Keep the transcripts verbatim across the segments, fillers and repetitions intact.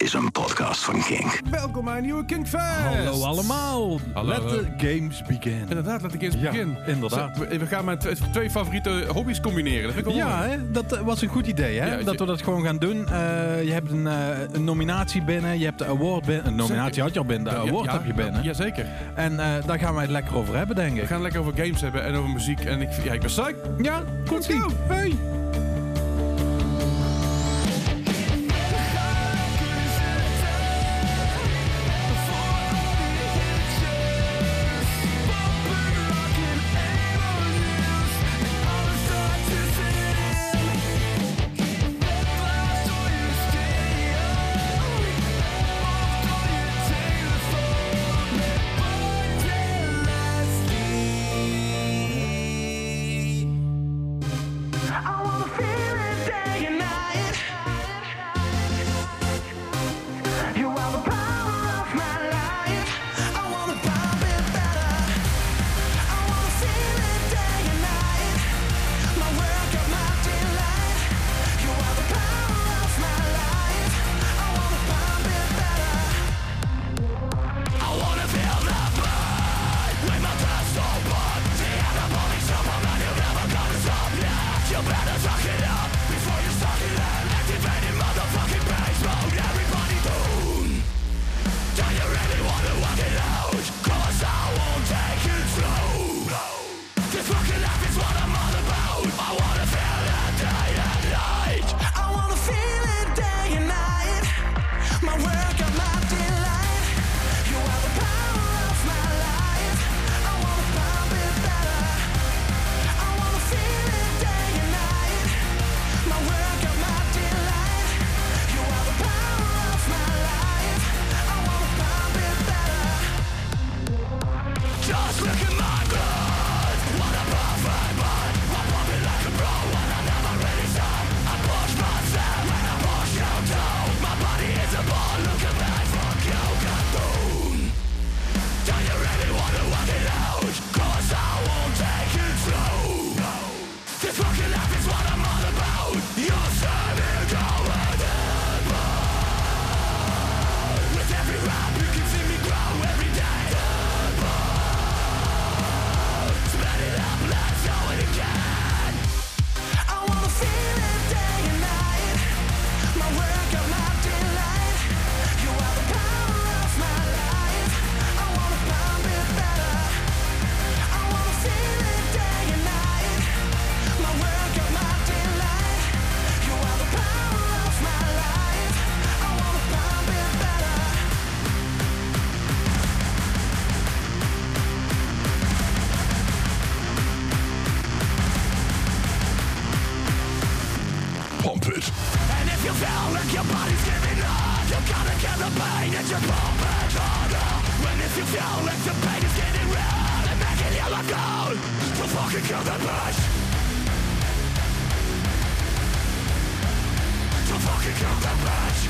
is een podcast van Kink. Welkom bij een nieuwe Kinkfest. Hallo allemaal. Hallo, Let hallo. the games begin. Inderdaad, laat ik eens Ja, beginnen. inderdaad. Zo, we, we gaan mijn twee, twee favoriete hobby's combineren. Dat vind ik wel Ja, mooi. hè? Dat uh, was een goed idee, hè? Ja, dat je- we dat gewoon gaan doen. Uh, je hebt een, uh, een nominatie binnen, je hebt de award binnen. Een nominatie Zeker. had je al binnen, de Ja, award ja, heb je binnen. Jazeker. En uh, daar gaan wij het lekker over hebben, denk We ik. gaan lekker over games hebben en over muziek. En ik, ja, ik ben psyched. Ja, komt Let's go. Hey. I wanna feel it day and night. You are the power of my life. I wanna pump it better. I wanna feel it day and night. My work of my delight. You are the power of my life. I wanna pump it better. I wanna feel the blood with my breath so blood. The anabolic supplement you never gonna stop yet. You better suck it up before you suck it in. Activating motherfucking bass mode. Everybody down. Do you really wanna work it out? Cause I won't take it slow. This fucking life is what I'm all about. I wanna feel it day and night. I wanna feel it day and night. My work of my delight. You are the power of my life. I wanna pump it better. I wanna feel it day and night. My work of my delight. You are the power of my life. I wanna pump it better. Just look at my blood. What a perfect blood. I pump it like a pro and I never really stop. I push myself and I push you too. My body is a ball. Look at me, fuck you, cartoon. Do you really wanna work it out? Cause I won't take it slow. This fucking life is what I'm all about. You're saving going in blood. With every rap you can see me grow every day. In blood. Split it up, let's do it again. I wanna feel it day and night. My work of my delight. You are the power of my life. I wanna pump it better. I wanna feel it day and night. My work of my delight. You are the power of my life. I wanna pump it better. Pump it. And if you feel like your body's giving up, you gotta get the pain and you pump it harder. And if you feel like the pain is getting real and making you look out, so fucking kill that bitch. So fucking kill that bitch.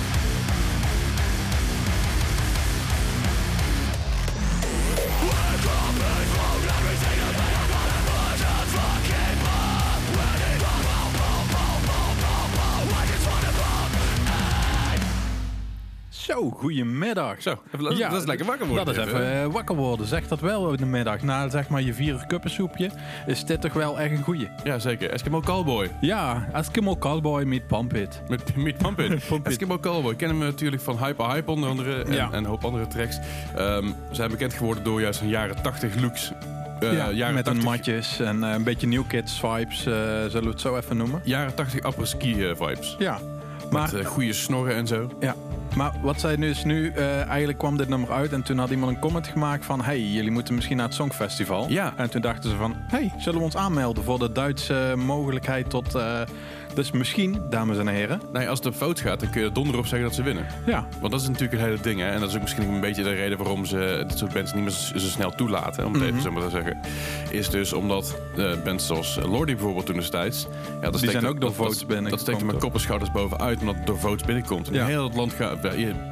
Wake up and throw everything that they are gonna push and fucking pump. When it goes boom, boom, boom, boom, boom, boom, I just wanna pump it. Zo, goedemiddag. Zo, even- dat is lekker wakker worden Dat is even, even uh, wakker worden. Zeg dat wel in de middag. Na zeg maar je vier uur kuppensoepje is dit toch wel echt een goeie. Ja, zeker. Eskimo Callboy. Ja, Eskimo Cowboy meet Pump It. Met, met Pump It. Pump It. Eskimo Callboy. Kennen we natuurlijk van Hyper Hype onder andere. En, Ja. en een hoop andere tracks. Um, zijn bekend geworden door juist een jaren tachtig looks. Uh, ja, jaren met een tachtig matjes en uh, een beetje New Kids vibes, uh, zullen we het zo even noemen. Jaren tachtig apres-ski uh, vibes. Ja, Met maar, uh, goede snorren en zo. ja. maar wat zij nu is nu, uh, eigenlijk kwam dit nummer uit en toen had iemand een comment gemaakt van hey, jullie moeten misschien naar het Songfestival. Ja. En toen dachten ze van hey, zullen we ons aanmelden voor de Duitse mogelijkheid tot... Uh, dus misschien, dames en heren. Nee, als het op fout gaat, dan kun je er donder op zeggen dat ze winnen. Ja, Want dat is natuurlijk het hele ding, hè. En dat is ook misschien een beetje de reden waarom ze dit soort bands niet meer zo, zo snel toelaten, om het Mhm. even zo maar te zeggen. Is dus omdat uh, bands zoals Lordi bijvoorbeeld toen destijds... Ja, dat Die steekt zijn er- ook door dat- votes dat- binnengekomen, Dat steekt er met toch? kop en schouders bovenuit, omdat het door votes binnenkomt. En Ja. heel het land gaat... ja, je-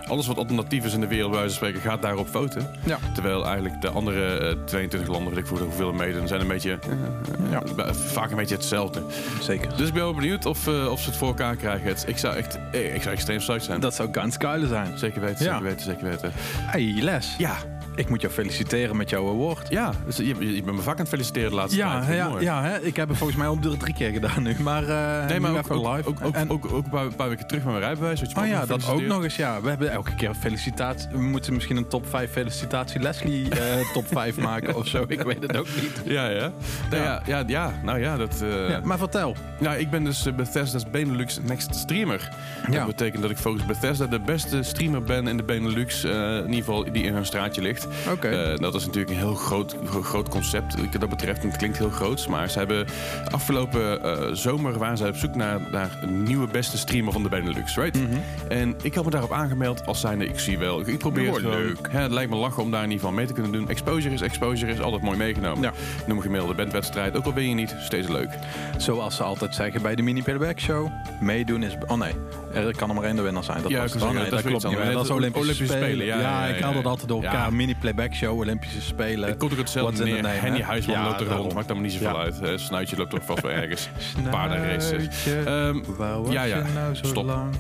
alles wat alternatief is in de wereld, bij wijze van spreken, gaat daarop foten. Ja. Terwijl eigenlijk de andere uh, tweeëntwintig landen, weet ik voor hoeveel er meedoen, zijn een beetje, uh, Ja. uh, vaak een beetje hetzelfde. Zeker. Dus ik ben wel benieuwd of, uh, of ze het voor elkaar krijgen. Het, ik zou echt, eh, ik zou extreem psyched zijn. Dat zou ganz geil zijn. Zeker weten, Ja. zeker weten, zeker weten. Hey, Les. Ja, Ik moet jou feliciteren met jouw award. ja. Dus je, je bent me vaak aan het feliciteren de laatste Ja, tijd. Vind ik ja, mooi. ja hè? Ik heb het volgens mij al drie keer gedaan nu. Maar, uh, Nee, maar nu ook, even ook, live. ook, ook, En- ook, ook een paar, paar weken terug met mijn rijbewijs. werd je me Oh ja, nog dat ook gefeliciteerd. nog eens. Ja, we hebben elke keer felicitatie. We moeten misschien een top vijf felicitatie Leslie uh, top vijf maken of zo. Ik weet het ook niet. Ja, ja. Nou, ja. Ja, ja, nou ja, dat... Uh, Ja, maar vertel. Nou, ik ben dus uh, Bethesda's Benelux Next Streamer. Ja. Dat betekent dat ik volgens Bethesda de beste streamer ben in de Benelux. Uh, in ieder geval die in hun straatje ligt. Oké. Uh, dat is natuurlijk een heel groot, groot concept. Dat betreft, het klinkt heel groots. Maar ze hebben afgelopen uh, zomer waren ze op zoek naar, naar een nieuwe beste streamer van de Benelux, right? Mhm. En ik had me daarop aangemeld als zijnde, ik zie wel. Ik probeer Ja, het gewoon. leuk. Hè, het lijkt me lachen om daar in ieder geval mee te kunnen doen. Exposure is exposure, is altijd mooi meegenomen. Ja. Noem een gemiddelde bandwedstrijd. Ook al win je niet, steeds leuk. Zoals ze altijd zeggen bij de Mini Playback Show. Meedoen is... Oh nee, er kan er maar één de winnaar zijn. Dat Ja, was ik het kan dan. zeggen, Nee, dat dat is klopt weer niet iets meer. Dat is anders. Olympische, Olympische Spelen. Spelen, ja, ja, ik ja, haal ja. dat altijd door Ja. elkaar. Mini Playback Show, Olympische Spelen. Ik kon ook hetzelfde What's in the neer. name, Henny hè? Huisman Ja, loopt er rond. daarom. Maakt allemaal niet zoveel Ja. uit. Uh, Snuitje loopt ook vast wel ergens. Paardenraces. Snuitje, Ehm, waar was ja, ja. je nou zo Stop. lang?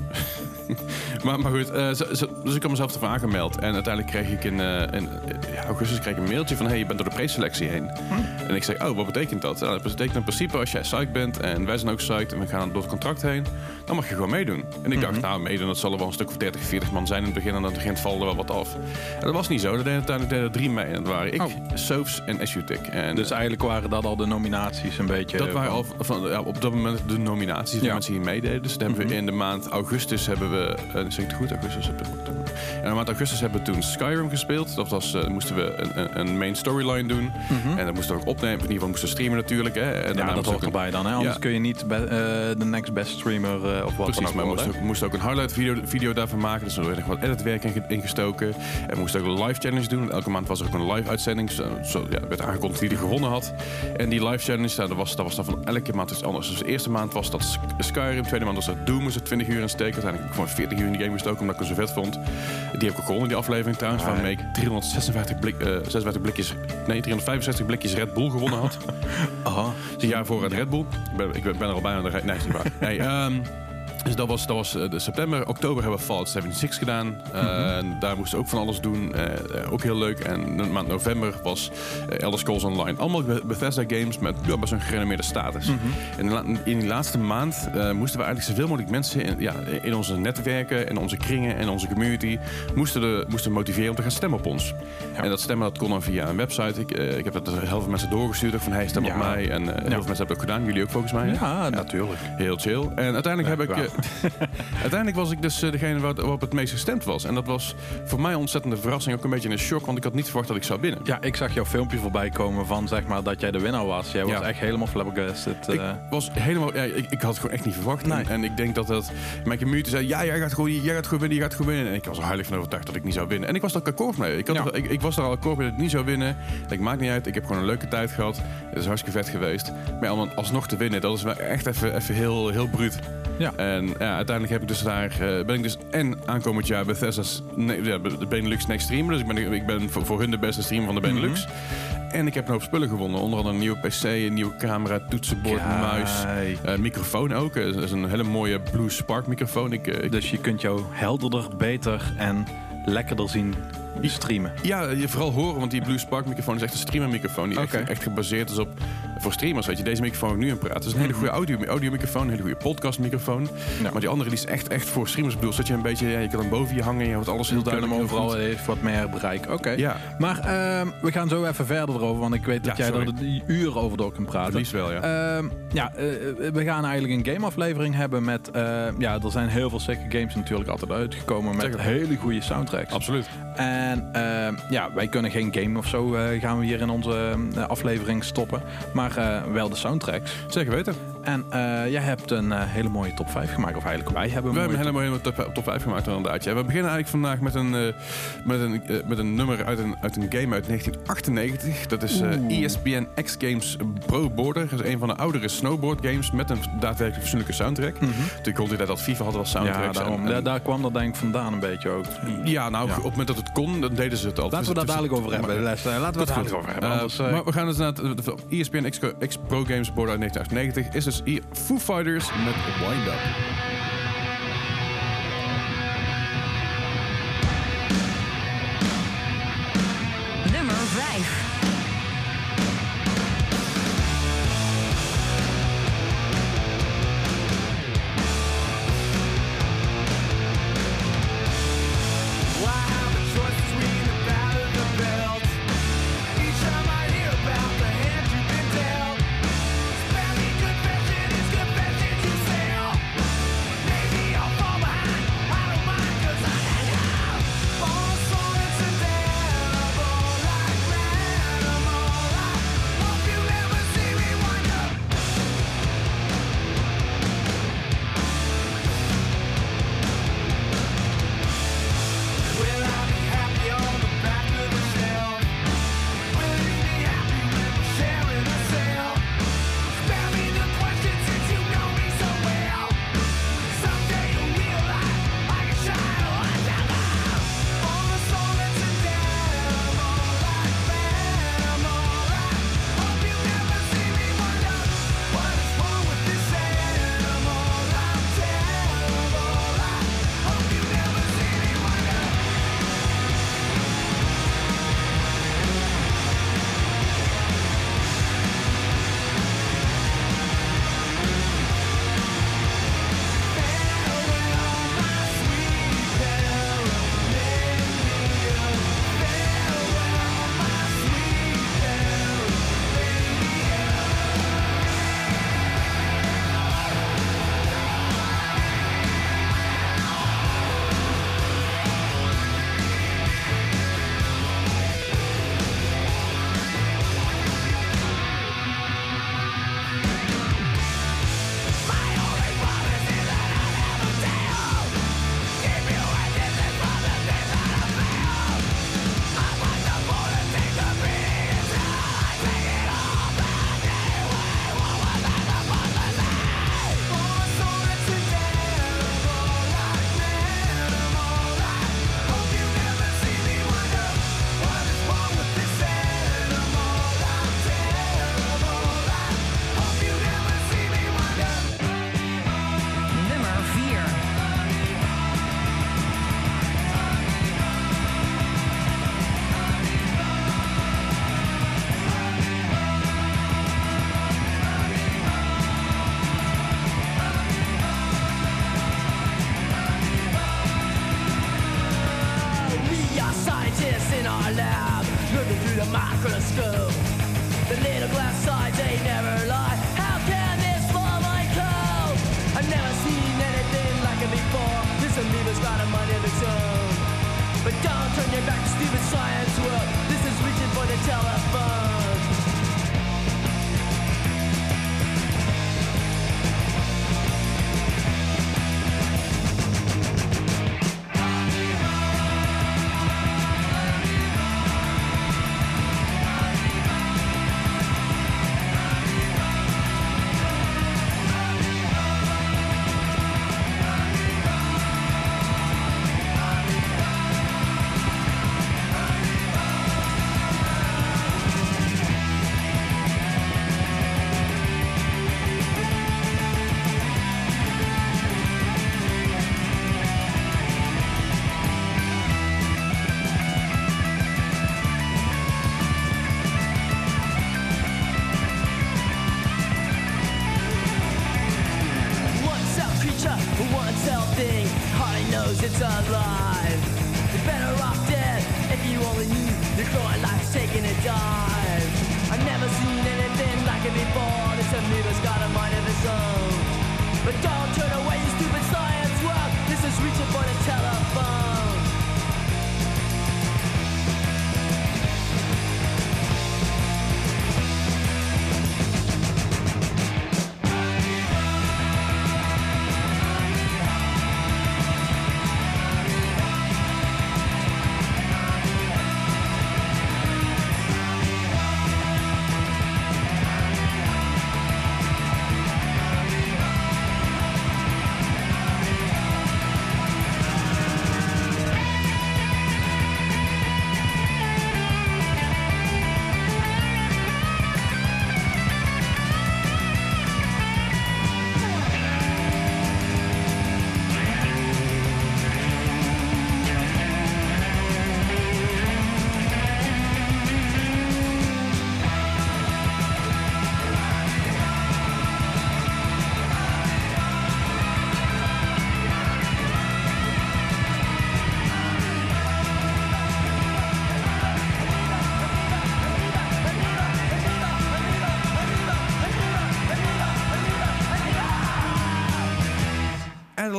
Maar, maar goed, uh, zo- zo- dus ik had mezelf ervoor aangemeld. En uiteindelijk kreeg ik in, uh, in uh, augustus kreeg ik een mailtje van... hey, je bent door de preselectie heen. Hm. En ik zeg, oh, wat betekent dat? Nou, dat betekent in principe als jij psyched bent... en wij zijn ook psyched en we gaan door het contract heen... dan mag je gewoon meedoen. En ik dacht, Mhm. nou, meedoen, dat zal er wel een stuk of dertig, veertig man zijn in het begin... en dan begint vallen er wel wat af. En dat was niet zo. Er deden uiteindelijk deden er drie mee. En dat waren ik, Oh. Soaps en Esutic. En Dus eigenlijk waren dat al de nominaties een beetje... dat waren van- al van, ja, op dat moment de nominaties die Ja. mensen hier meededen. Dus dat hebben we in de maand augustus hebben we... Uh, zeg ik het goed? Augustus hebben we toen... In de maand augustus hebben we toen Skyrim gespeeld. Dat was, uh, moesten we een, een, een main storyline doen. En dat moesten we ook opnemen. In ieder geval moesten we streamen natuurlijk. Hè. En daarna Ja, dat moest hoort ook een- erbij dan. Hè? Anders Ja. kun je niet be- eh, de next best streamer uh, of wat Precies, dan ook maar we worden. moesten ook, moesten ook een highlight video, video daarvan maken. Dus er werd nog wat editwerk in, ingestoken. En we moesten ook een live challenge doen. Elke maand was er ook een live uitzending. Zo, zo, ja, werd aangekondigd wie er gewonnen had. En die live challenge, nou, dat, was, dat was dan van elke maand iets anders. Dus de eerste maand was dat Sk- Skyrim. De tweede maand was dat Doom. Dus er twintig uur in steken. Uiteindelijk heb ik gewoon veertig uur in die game gestoken. Omdat ik het zo vet vond. Die heb ik ook gewonnen, die aflevering trouwens. Ah, Waarmee ik driehonderdzesenvijftig, blik, uh, zesenvijftig blikjes... Nee, driehonderdvijfenzestig blikjes Red Bull gewonnen had. Aha. Dus een jaar voor het Red Bull. Ik ben, ik ben ben er al bijna aan de rij. Nee, is niet waar. Nee, ehm, dus dat was, dat was uh, de september. Oktober hebben we Fallout zevenenzeventig gedaan. Uh, Mhm. Daar moesten we ook van alles doen. Uh, uh, ook heel leuk. En de maand november was uh, Elder Scrolls Online. Allemaal Be- Bethesda games met ja, best een gerenommeerde status. Mhm. En in, la- in die laatste maand uh, moesten we eigenlijk zoveel mogelijk mensen in, ja, in onze netwerken, in onze kringen, in onze community, moesten, de, moesten motiveren om te gaan stemmen op ons. Ja. En dat stemmen dat kon dan via een website. Ik, uh, ik heb dat heel veel mensen doorgestuurd. Ook van hey, stem op Ja. mij. En uh, heel veel mensen hebben het ook gedaan. Jullie ook volgens mij. hè? Ja, natuurlijk. Heel chill. En uiteindelijk Ja, heb ik. wauw. eh, uiteindelijk was ik dus eh, degene waar- waarop het meest gestemd was. En dat was voor mij een ontzettende verrassing. Ook een beetje een shock, want ik had niet verwacht dat ik zou winnen. Ja, ik zag jouw filmpje voorbij komen van zeg maar dat jij de winnaar was. Jij was Ja. echt helemaal flabbergasted. Ik eh. was helemaal. Ja, ik, ik had het gewoon echt niet verwacht. Nee. En, en ik denk dat dat. Mijn community zei: ja, jij gaat gewoon, jij gaat gewoon winnen, je gaat gewoon winnen. En ik was er heilig van overtuigd dat ik niet zou winnen. En ik was er ook akkoord mee. Ik, had Ja. er, ik, ik was er al akkoord mee dat ik niet zou winnen. Ik maakt niet uit. Ik heb gewoon een leuke tijd gehad. Het is hartstikke vet geweest. Maar om dan alsnog te winnen, dat is wel echt even, even heel, heel bruut. Ja. En ja, uiteindelijk heb ik dus daar, uh, ben ik dus en aankomend jaar Bethesda's nee, ja, de Benelux Next Streamer. Dus ik ben, ik ben voor, voor hun de beste streamer van de Benelux. En ik heb een hoop spullen gewonnen. Onder andere een nieuwe P C, een nieuwe camera, toetsenbord, Kijk. muis, uh, microfoon ook. Dat is een hele mooie Blue Spark microfoon. Ik, uh, ik, Dus je kunt jou helderder, beter en lekkerder zien streamen. ja, je vooral horen, want die Blue Spark microfoon is echt een streamer microfoon. Die Oké. echt, echt gebaseerd is op voor streamers. Weet je, deze microfoon waar ik nu in praat. Het is een hele goede audio, audio microfoon, een hele goede podcast microfoon. Ja. Maar die andere die is echt, echt voor streamers bedoeld. Zodat je een beetje, ja, je kan hem boven je hangen. Je houdt alles heel Heel duidelijk. duidelijk heel overal goed. heeft wat meer bereik. Oké. Ja. Maar ehm, we gaan zo even verder erover, want ik weet dat Ja, jij sorry. er die uren over door kunt praten. Het liefst wel, ja. Ehm, ja, eh, we gaan eigenlijk een gameaflevering hebben met... eh, ja, er zijn heel veel sicke games natuurlijk altijd uitgekomen met Zeker. hele goede soundtracks. Absoluut. En ehm, ja, wij kunnen geen game of zo eh, gaan we hier in onze eh, aflevering stoppen. Maar eh, wel de soundtracks. Zeker weten. En uh, jij hebt een uh, hele mooie top vijf gemaakt. Of eigenlijk wij hebben een We mooie hebben een hele mooie top, top vijf gemaakt inderdaad. Ja. We beginnen eigenlijk vandaag met een, uh, met een, uh, met een nummer uit een, uit een game uit negentien achtennegentig. Dat is uh, E S P N X Games Pro Border. Dat is een van de oudere snowboard games met een daadwerkelijk fatsoenlijke soundtrack. Mm-hmm. Toen kon hij dat FIFA had wel soundtracks. Ja, daarom, en, en, ja, daar kwam dat denk ik vandaan een beetje ook. Ja, nou ja. op het moment dat het kon, dan deden ze het al. Laten we dat dadelijk over hebben. Laten we het dadelijk over hebben. Anders, uh, maar we gaan dus naar de E S P N X, X Pro Games Border uit negentien achtennegentig. Is dus Foo Fighters met Wind Up. Nummer vijf. It's alive. You're better off dead if you only knew your growing life's taking a dive. I've never seen anything like it before. This amoeba's got a mind of its own. But don't turn away, you stupid science world. This is reaching for the telephone.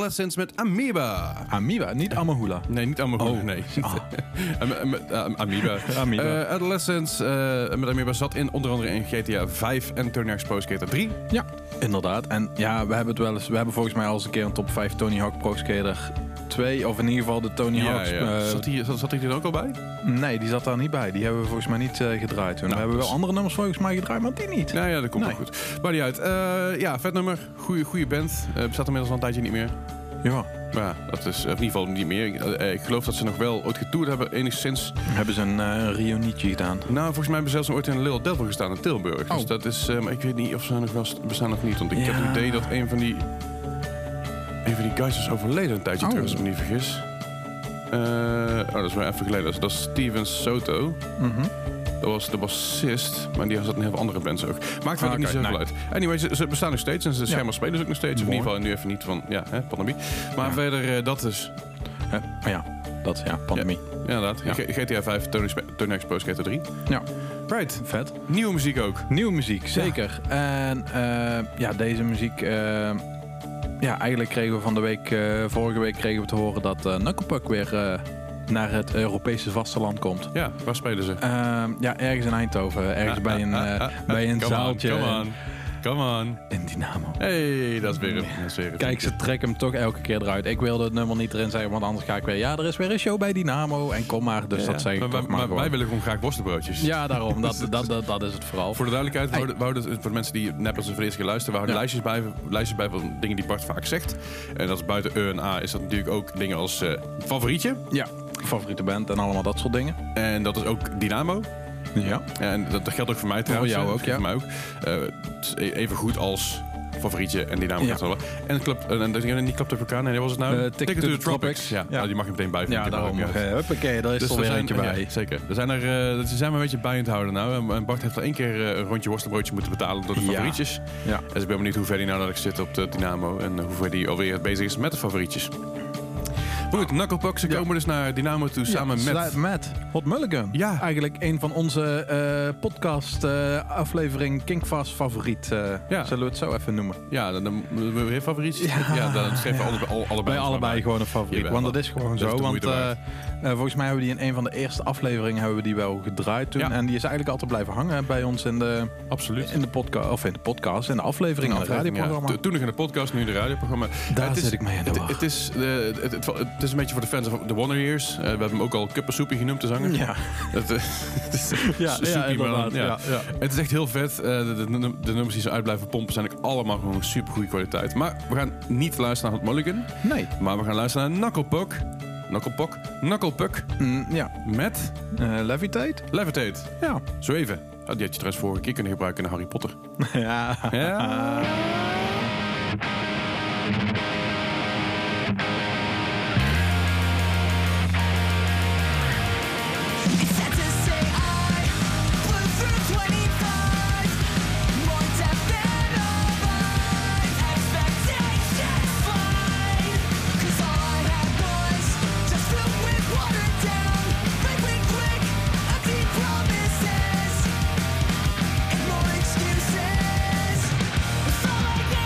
Adolescents met Amoeba. Amoeba, niet Amahula. Nee, niet Amoeba, Oh. nee. Oh. Am- am- am- Amoeba. Amoeba. Uh, Adolescents uh, met Amoeba zat in onder andere in G T A vijf en Tony Hawk's Pro Skater drie. Ja, inderdaad. En ja, we hebben het wel eens. We hebben volgens mij al eens een keer een top vijf Tony Hawk Pro Skater twee. Of in ieder geval de Tony Ja, Hawk's. ja. eh, Zat hij zat, zat hij er ook al bij? nee, die zat daar niet bij. Die hebben we volgens mij niet uh, gedraaid. Toen. Nou, we hebben wel dus- andere nummers volgens mij gedraaid, maar die niet. Nou ja, dat komt Nee. wel goed. Maar niet uit. Uh, ja, vet nummer. Goeie, goeie band. Uh, bestaat inmiddels al een tijdje niet meer. Ja. Maar ja, dat is in ieder geval niet meer. Uh, ik geloof dat ze nog wel ooit getoerd hebben, enigszins. Hebben ze een uh, reunietje gedaan. Nou, volgens mij hebben ze zelfs ooit in Little Devil gestaan in Tilburg. Oh. Dus dat is, uh, maar ik weet niet of ze nog wel st- bestaan of niet. Want ik Ja. heb het idee dat een van die, een van die guys is overleden een tijdje Oh. terug, als ik me niet vergis. Uh, oh, dat is wel even geleden. Dat is Steven Soto. Mhm. Dat was de bassist, maar die zat in heel veel andere bands ook. Maakt verder Ah, niet oké, zoveel nee. uit. Anyway, ze, ze bestaan nog steeds en ze schijnbaar spelen ze ook nog steeds. Of in Mooi. ieder geval nu even niet van, ja, hè, pandemie. Maar Ja. verder, uh, dat is, Hè? Maar ja, dat ja, pandemie. ja, inderdaad, Ja. G- G T A vijf, Tony Sp- Tony Hawk's Pro Skater drie. Ja, Right, vet. nieuwe muziek ook. Nieuwe muziek, zeker. En eh, ja, deze muziek. eh, ja, eigenlijk kregen we van de week, eh, vorige week kregen we te horen dat uh, Knucklepuck weer uh, naar het Europese vasteland komt. Ja, waar spelen ze? Uh, ja, ergens in Eindhoven. Ergens bij een, uh, bij een Come on, zaaltje. Come on, come on. In Dynamo. Hey, dat is weer een, dat is weer een Kijk, ze trekken hem toch elke keer eruit. Ik wilde het nummer niet erin zeggen, want anders ga ik weer... Ja, er is weer een show bij Dynamo en kom maar. Dus Ja, dat zeg ik maar, toch maar, maar, maar gewoon. wij willen gewoon graag worstenbroodjes. Ja, daarom. Dat, dat, dat, dat is het vooral. Voor de duidelijkheid, we Hey. houden, we houden het- voor de mensen die net als de eerste keer luisteren, we houden Ja. lijstjes, bij, lijstjes bij van dingen die Bart vaak zegt. En dat is buiten E en A is dat natuurlijk ook dingen als eh, favorietje. Ja, favoriete band en allemaal dat soort dingen. En dat is ook Dynamo. Ja. En dat, dat geldt ook voor mij trouwens. jou hè. ook, Dat ja. Voor mij ook. Eh, het is e- even goed als favorietje en Dynamo. Ja. gaat wel. En, het klopt, en, en, en die klapt op elkaar. Nee, wat was het nou? Eh, Ticket to the Tropics. Ja, Ja. Nou, die mag je meteen bijvoegen. Ja, Die mag daarom. ook, ja. Uh, huppakee, daar is Dus er er weer zijn, eentje bij. ja, zeker. Er zijn er, uh, ze zijn we een beetje bij aan het houden nou. En- En Bart heeft er één keer uh, een rondje worstenbroodje moeten betalen door de Ja. favorietjes. Ja. Dus ik ben benieuwd hoe ver hij nou dat ik zit op de Dynamo. En uh, hoe ver hij alweer bezig is met de favorietjes. Goed, Knucklepuck, ze Ja. komen dus naar Dynamo toe samen Ja, met... sla- met Hot Mulligan. Ja. Eigenlijk een van onze eh, podcast eh, aflevering Kinkfast favoriet. eh, Ja. Zullen we het zo even noemen? Ja, dan, dan dan weer favorietjes. Ja, Ja. dan schrijven we Ja. allebei, alle- allebei, Bij ons allebei maar gewoon een favoriet. Jawel. Want dat is gewoon Dat is zo. de Want moeite eh, waard. eh, volgens mij hebben we die in een van de eerste afleveringen hebben we die wel gedraaid toen. Ja. En die is eigenlijk altijd blijven hangen bij ons in de, Absoluut. in de podcast. Of in de podcast, in de aflevering, in het aflevering, radioprogramma. ja. To- Toen nog in de podcast, nu in de radioprogramma. Daar Het is- zit ik mee in de Het, war. het, is, eh, het, het, het is een beetje voor de fans van The Wonder Years. Uh, we hebben hem ook al Kuppensoepie genoemd, de zanger. Ja. Het, eh, het is Ja, soepie, ja, maar dan- inderdaad. Ja, ja. Het is echt heel vet. Uh, de, de, de, de nummers die ze uit blijven pompen zijn ook allemaal gewoon super goede kwaliteit. Maar we gaan niet luisteren naar Hot Mulligan. Nee. Maar we gaan luisteren naar Knucklepuck. Knucklepuck. Knucklepuck. Mm, ja. Met Eh, Levitate? Levitate. Ja. Zo even. Oh, die had je trouwens vorige keer kunnen gebruiken in Harry Potter. Ja. Ja. It's sad to say I blew through twenty-five, more death than all my expectations fine. 'Cause all I had was just filled with watered down, fragrant quick, empty promises and more excuses. With all I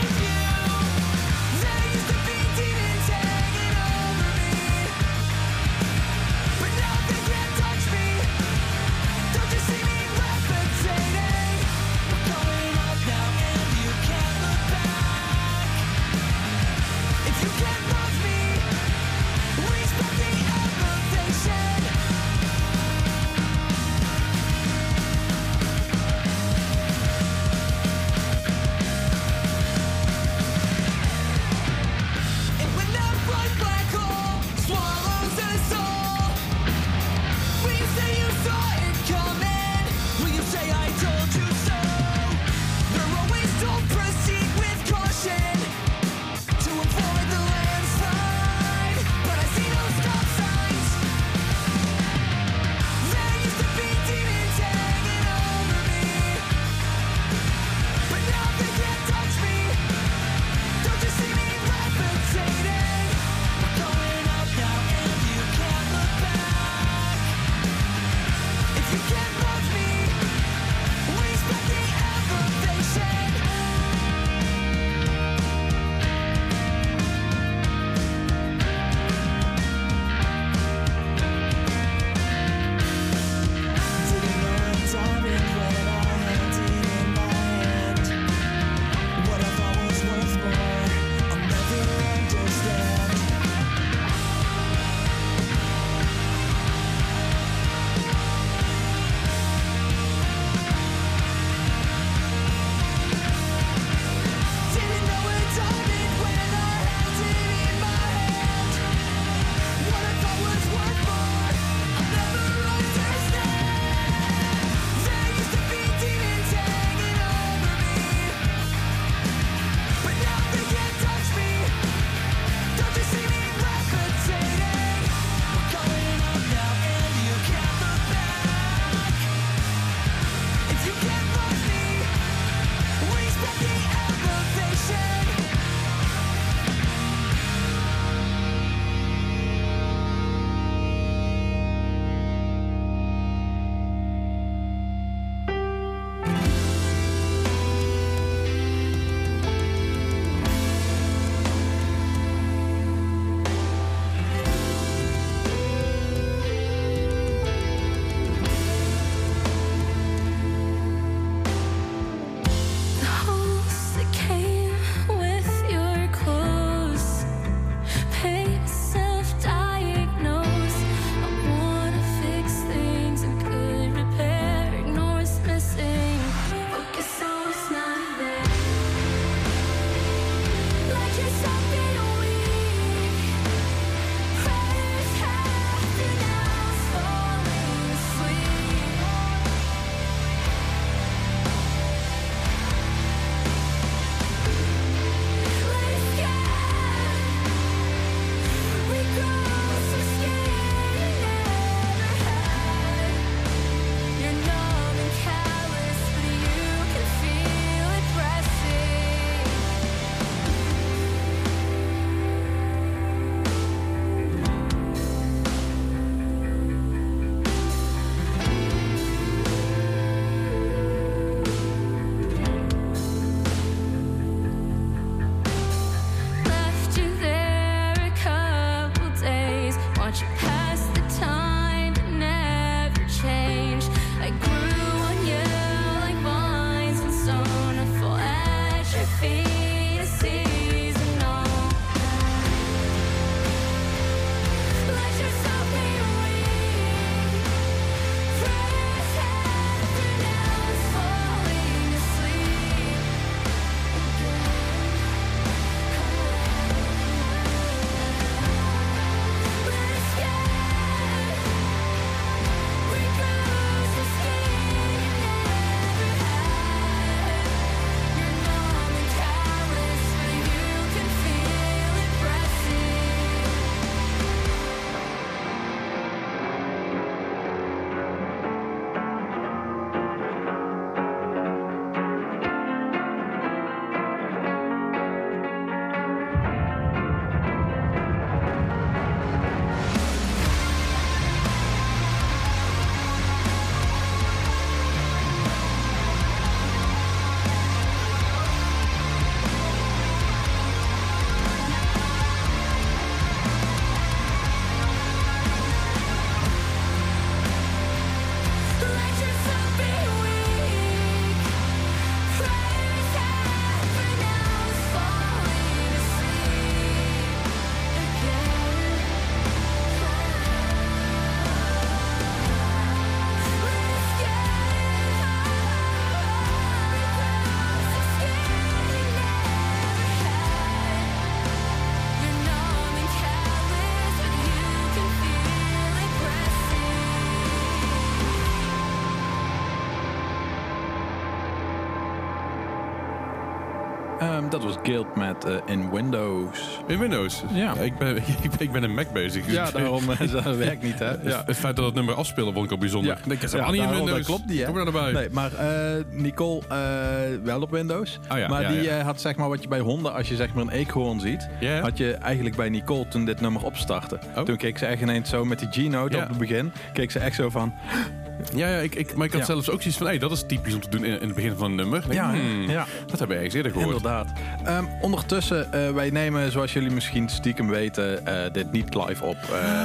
Um, dat was Guild met uh, In Windows. In Windows? Ja. Ik ben, ik ben een Mac bezig. Dus Ja, ik- daarom uh, dat werkt niet, hè? Ja. Het feit dat het nummer afspelen vond ik al bijzonder. Ja. Ik denk, dat is Ja, ja, niet in daarom, Windows. dat klopt niet, hè? Kom er nou bij. Nee, maar uh, Nicole uh, wel op Windows. Oh ja, maar ja, die ja. uh, had zeg maar wat je bij honden, als je zeg maar een eekhoorn ziet, Ja. had je eigenlijk bij Nicole toen dit nummer opstartte. Oh. Toen keek ze echt ineens zo met die G-note Ja. op het begin, keek ze echt zo van... Ja, ja ik, ik, maar ik had Ja. zelfs ook zoiets van, hey, dat is typisch om te doen in, in het begin van een nummer. Ik denk, Ja, hmm, ja. Dat hebben we ergens eerder gehoord. Inderdaad. Um, ondertussen, uh, wij nemen, zoals jullie misschien stiekem weten, uh, dit niet live op.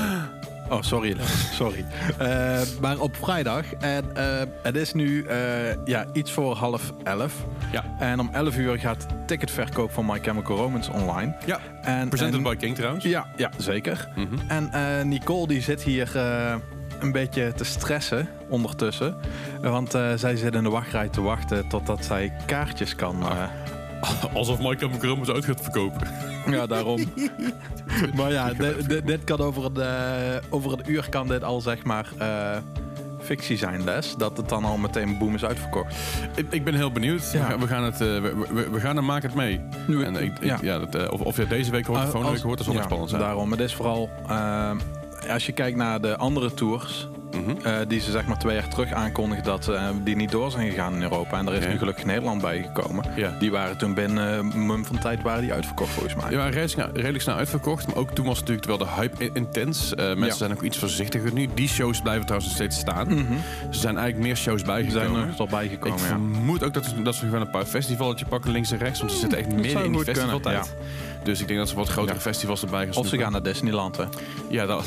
Uh, oh, sorry. sorry. Uh, maar op vrijdag. En uh, het is nu uh, ja, iets voor half elf. Ja. En om elf uur gaat ticketverkoop van My Chemical Romance online. Ja, En, presented en- by King trouwens. Ja, ja zeker. Mhm. En uh, Nicole die zit hier uh, een beetje te stressen ondertussen. Want uh, zij zit in de wachtrij te wachten totdat zij kaartjes kan... Uh, Alsof My Chemical Romance uit gaat verkopen. Ja, daarom. Maar ja, dit, dit, dit kan over een, uh, over een uur kan dit al zeg maar uh, fictie zijn, Les. Dat het dan al meteen boom is uitverkocht. Ik, ik ben heel benieuwd. Ja. We, gaan- we gaan het, uh, we, we, we gaan er maak het mee. Nu- En ik, ik- ja. ja, dat, uh, of, of je deze week hoort of Uh, volgende als- week hoort, dat zal nog ja, spannend zijn. Daarom. Maar dit is vooral... Uh, als je kijkt naar de andere tours... Mhm. Uh, die ze zeg maar twee jaar terug aankondigden dat uh, die niet door zijn gegaan in Europa. En daar is Ja. nu gelukkig Nederland bij gekomen. Ja. Die waren toen binnen een mum van tijd waren die uitverkocht volgens mij. Ja, maar redelijk snel, redelijk snel uitverkocht. Maar ook toen was natuurlijk wel de hype i- intens. Uh, mensen Ja. zijn ook iets voorzichtiger nu. Die shows blijven trouwens nog steeds staan. Mhm. Er zijn eigenlijk meer shows Die zijn bijgekomen. er al bijgekomen, Ik ja. vermoed ook dat ze, dat ze gewoon een paar festivalletje pakken links en rechts. Want ze zitten echt midden zou in die goed kunnen, festivaltijd. Dus ik denk dat ze wat grotere Ja. festivals erbij gaan Of ze snoepen. gaan naar Disneyland, hè. Ja, dat...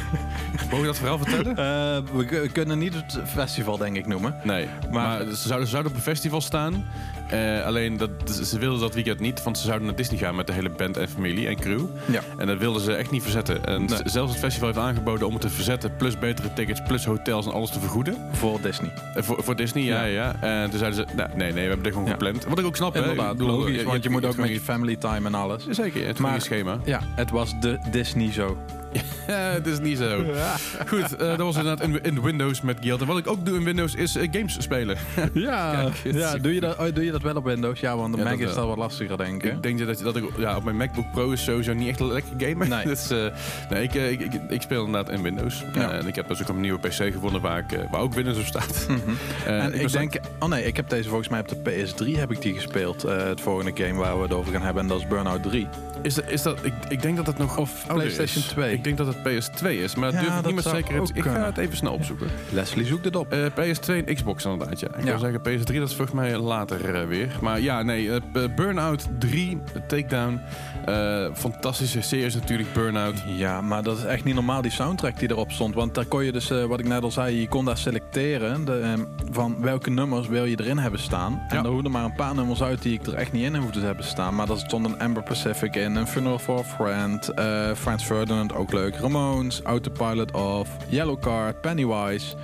Mogen we dat verhaal vertellen? Uh, we k- kunnen niet het festival, denk ik, noemen. Nee, maar, Maar- ze, zouden, ze zouden op een festival staan. Eh, alleen dat, ze wilden dat weekend niet, want ze zouden naar Disney gaan met de hele band en familie en crew. Ja. En dat wilden ze echt niet verzetten. En Nee. z- zelfs het festival heeft aangeboden om het te verzetten, plus betere tickets, plus hotels en alles te vergoeden. Voor Disney. Eh, voor, voor Disney, ja, ja. Ja. ja. En toen zeiden ze, nou, nee, nee, we hebben dit gewoon Ja. gepland. Wat ik ook snap, hè. Inderdaad, Ik bedoel, logisch, je- want je moet ook hebt met je gewoon family time en alles. je- Zeker, het Maar- goede schema. Ja, het was de Disney zo. Ja, het is niet zo. Goed, eh, dat was inderdaad in, in Windows met Guild. En wat ik ook doe in Windows is eh, games spelen. Ja, Kijk, het is- ja doe, je dat, oh, doe je dat wel op Windows? Ja, want de Ja, Mac dat is wel. dat wat lastiger, denk ik. Ik denk dat, dat ik ja, op mijn MacBook Pro is sowieso niet echt lekker gamen. Nee. Dus, eh, nee ik, eh, ik, ik, ik speel inderdaad in Windows. Ja. Eh, en ik heb dus ook een nieuwe P C gevonden waar, ik, eh, waar ook Windows op staat. Mhm. Eh, En ik, ben denk... Oh nee, ik heb deze volgens mij op de P S drie heb ik die gespeeld. eh, het volgende game waar we het over gaan hebben. En dat is Burnout drie. Is dat, is dat, ik, ik denk dat het nog Of ouder PlayStation is. twee. Ik denk dat het P S twee is, maar dat Ja, durf ik dat niet met zou zekerheid. ook Ik ga kunnen. het even snel opzoeken. Leslie zoekt het op. Eh, P S twee en Xbox inderdaad, ja. Ik Ja. wil zeggen P S drie, dat is volgens mij later eh, weer. Maar ja, nee, eh, B- Burnout drie, Takedown. Eh, fantastische series natuurlijk, Burnout. Ja, maar dat is echt niet normaal, die soundtrack die erop stond. Want daar kon je dus, eh, wat ik net al zei, je kon daar selecteren de, eh, van welke nummers wil je erin hebben staan. En Ja. er hoefden maar een paar nummers uit die ik er echt niet in hoefde te hebben staan. Maar daar stond een Amber Pacific in, een Funeral for a Friend, eh Franz Ferdinand, ook leuk, Ramones, Autopilot Off, Yellowcard, Pennywise,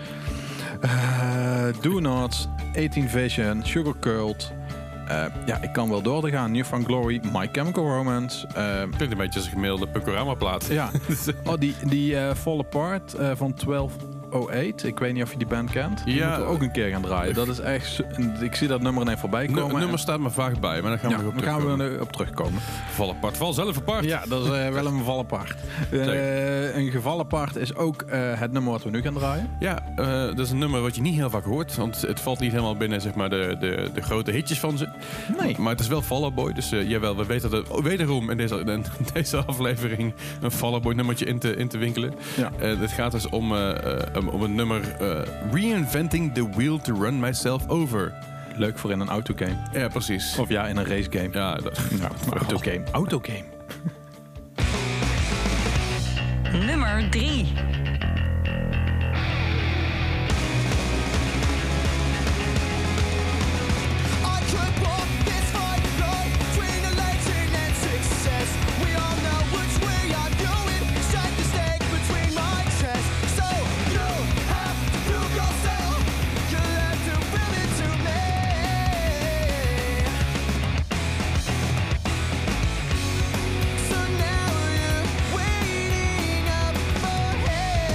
eh Do Nots, achttien Vision, Sugar Cult. Eh, ja, ik kan wel door te gaan. Newfound Glory, My Chemical Romance. eh, Klinkt een beetje als een gemiddelde Punkorama plaat. ja, oh, die, die eh, Fall Apart eh, van twaalf oh acht. Ik weet niet of je die band kent. Die Ja. moeten we ook een keer gaan draaien. Dat is echt... zo- Ik zie dat nummer ineens voorbij Nu- komen. Het nummer staat me vaag bij, maar dan gaan ja, we nog op daar gaan terugkomen. we er op terugkomen. Val apart. Val zelf apart. Ja, dat is eh, wel een geval apart. Eh, Zeker. een geval apart is ook eh, het nummer wat we nu gaan draaien. Ja, eh, dat is een nummer wat je niet heel vaak hoort. Want het valt niet helemaal binnen zeg maar, de, de, de grote hitjes van ze. Nee. Maar het is wel Fall Out Boy. Dus eh, jawel, we weten dat er wederom in deze, in deze aflevering een Fall Out Boy nummertje in te, in te winkelen. Ja. Eh, het gaat dus om, eh, eh, om een nummer eh, Reinventing the Wheel to Run Myself Over. Leuk voor in een autogame. Ja, precies. Of ja, in een racegame. Ja, dat, Ja, autogame. Autogame. Nummer drie. I could walk this fight road between elation and success. We all know which way I'm going. Strike the stake between my chest. So you have to prove yourself. You have to prove it to me. So now you're waiting up for hell.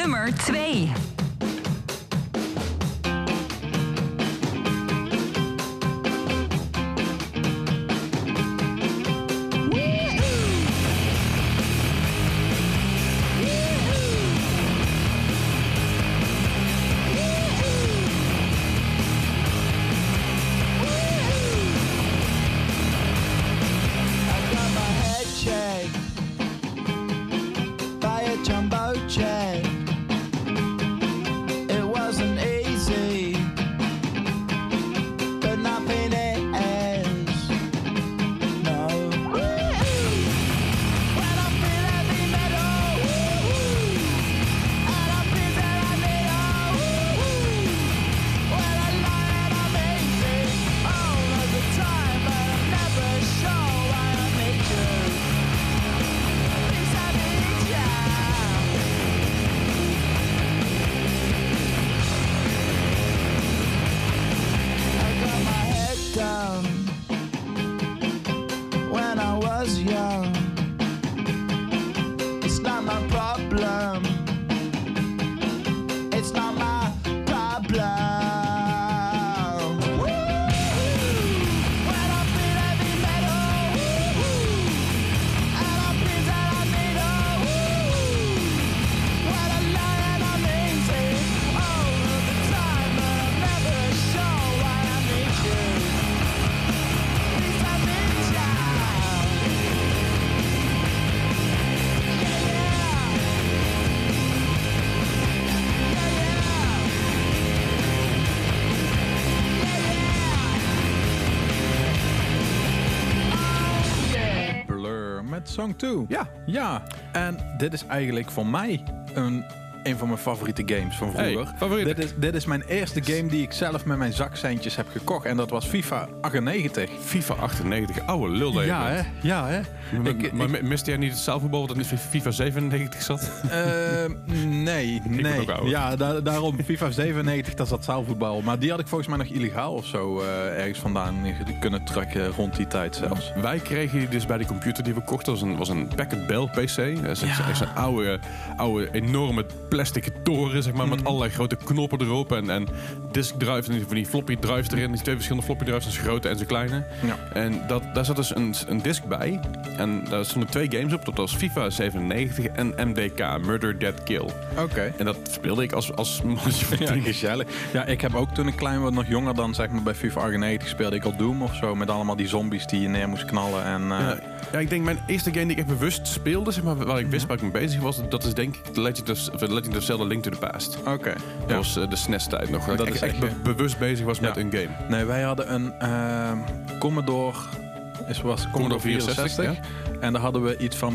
Nummer twee. Song twee. Ja. Ja, en dit is eigenlijk voor mij een, een van mijn favoriete games van vroeger. Hey, favoriet. Dit is, dit is mijn eerste game die ik zelf met mijn zakcentjes heb gekocht. En dat was FIFA achtennegentig. FIFA achtennegentig, oude lul. dat je Ja, bent. hè? Ja, hè? Maar, Ik- maar ik- miste jij niet het zaalvoetbal dat in FIFA zevenennegentig zat? Eh, nee, ben nee. ook ouder. Ja, da- daarom FIFA zevenennegentig, dat zat zaalvoetbal. Maar die had ik volgens mij nog illegaal of zo eh, ergens vandaan kunnen trekken rond die tijd zelfs. Wij kregen die dus bij de computer die we kochten. Dat was een, was een Packard Bell P C. Dat is Ja. echt zo'n oude, oude, enorme plastic toren, zeg maar, met allerlei grote knoppen erop. En, en disk drive, en van die floppy drives erin. Die twee verschillende floppy drives, een grote en zo'n kleine. Ja. En dat, daar zat dus een, een disk bij. En daar stonden twee games op. Dat was FIFA zevenennegentig en M D K, Murder, Dead, Kill. Oké. En dat speelde ik als, als mannetje van Ja, tien. gezellig. Ja, ik heb ook toen ik klein was, nog jonger dan zeg maar bij FIFA achtennegentig speelde ik al Doom of zo. Met allemaal die zombies die je neer moest knallen. En, uh, Ja, ja, ik denk mijn eerste game die ik echt bewust speelde, zeg maar, waar ik wist waar ik mee bezig was, dat is denk ik The Legend of, The Legend of Zelda Link to the Past. Oké. Dat Ja. was uh, de S N E S-tijd nog. Dat, Dat ik is echt, echt, be- bewust bezig was met Ja. een game. Nee, wij hadden een uh, Commodore... Is, was Commodore vierenzestig. ja. En daar hadden we iets van